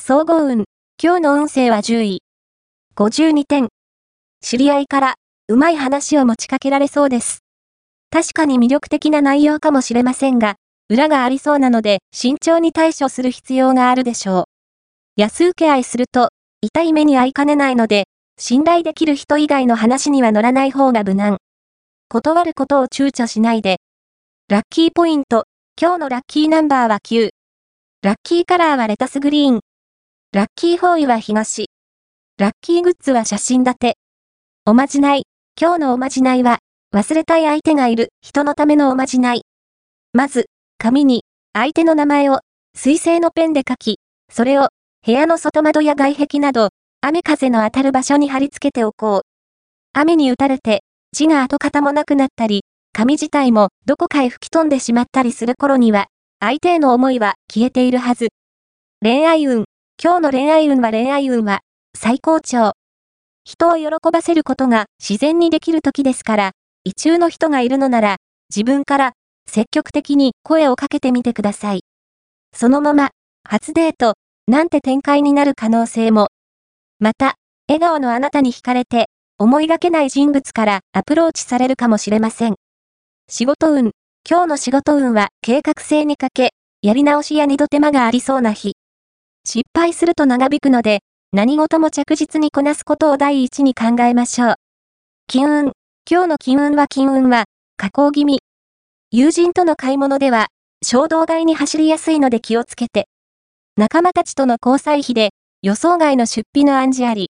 総合運。今日の運勢は10位。52点。知り合いから、うまい話を持ちかけられそうです。確かに魅力的な内容かもしれませんが、裏がありそうなので、慎重に対処する必要があるでしょう。安請け合いすると、痛い目に遭いかねないので、信頼できる人以外の話には乗らない方が無難。断ることを躊躇しないで。ラッキーポイント。今日のラッキーナンバーは9。ラッキーカラーはレタスグリーン。ラッキーフォーイは東。ラッキーグッズは写真立て。おまじない。今日のおまじないは、忘れたい相手がいる人のためのおまじない。まず、紙に、相手の名前を、水性のペンで書き、それを、部屋の外窓や外壁など、雨風の当たる場所に貼り付けておこう。雨に打たれて、字が跡形もなくなったり、紙自体もどこかへ吹き飛んでしまったりする頃には、相手への思いは消えているはず。恋愛運。今日の恋愛運は、最高潮。人を喜ばせることが自然にできる時ですから、意中の人がいるのなら、自分から積極的に声をかけてみてください。そのまま、初デート、なんて展開になる可能性も。また、笑顔のあなたに惹かれて、思いがけない人物からアプローチされるかもしれません。仕事運。今日の仕事運は計画性に欠け、やり直しや二度手間がありそうな日。失敗すると長引くので、何事も着実にこなすことを第一に考えましょう。金運。今日の金運は下降気味。友人との買い物では、衝動買いに走りやすいので気をつけて。仲間たちとの交際費で、予想外の出費の暗示あり。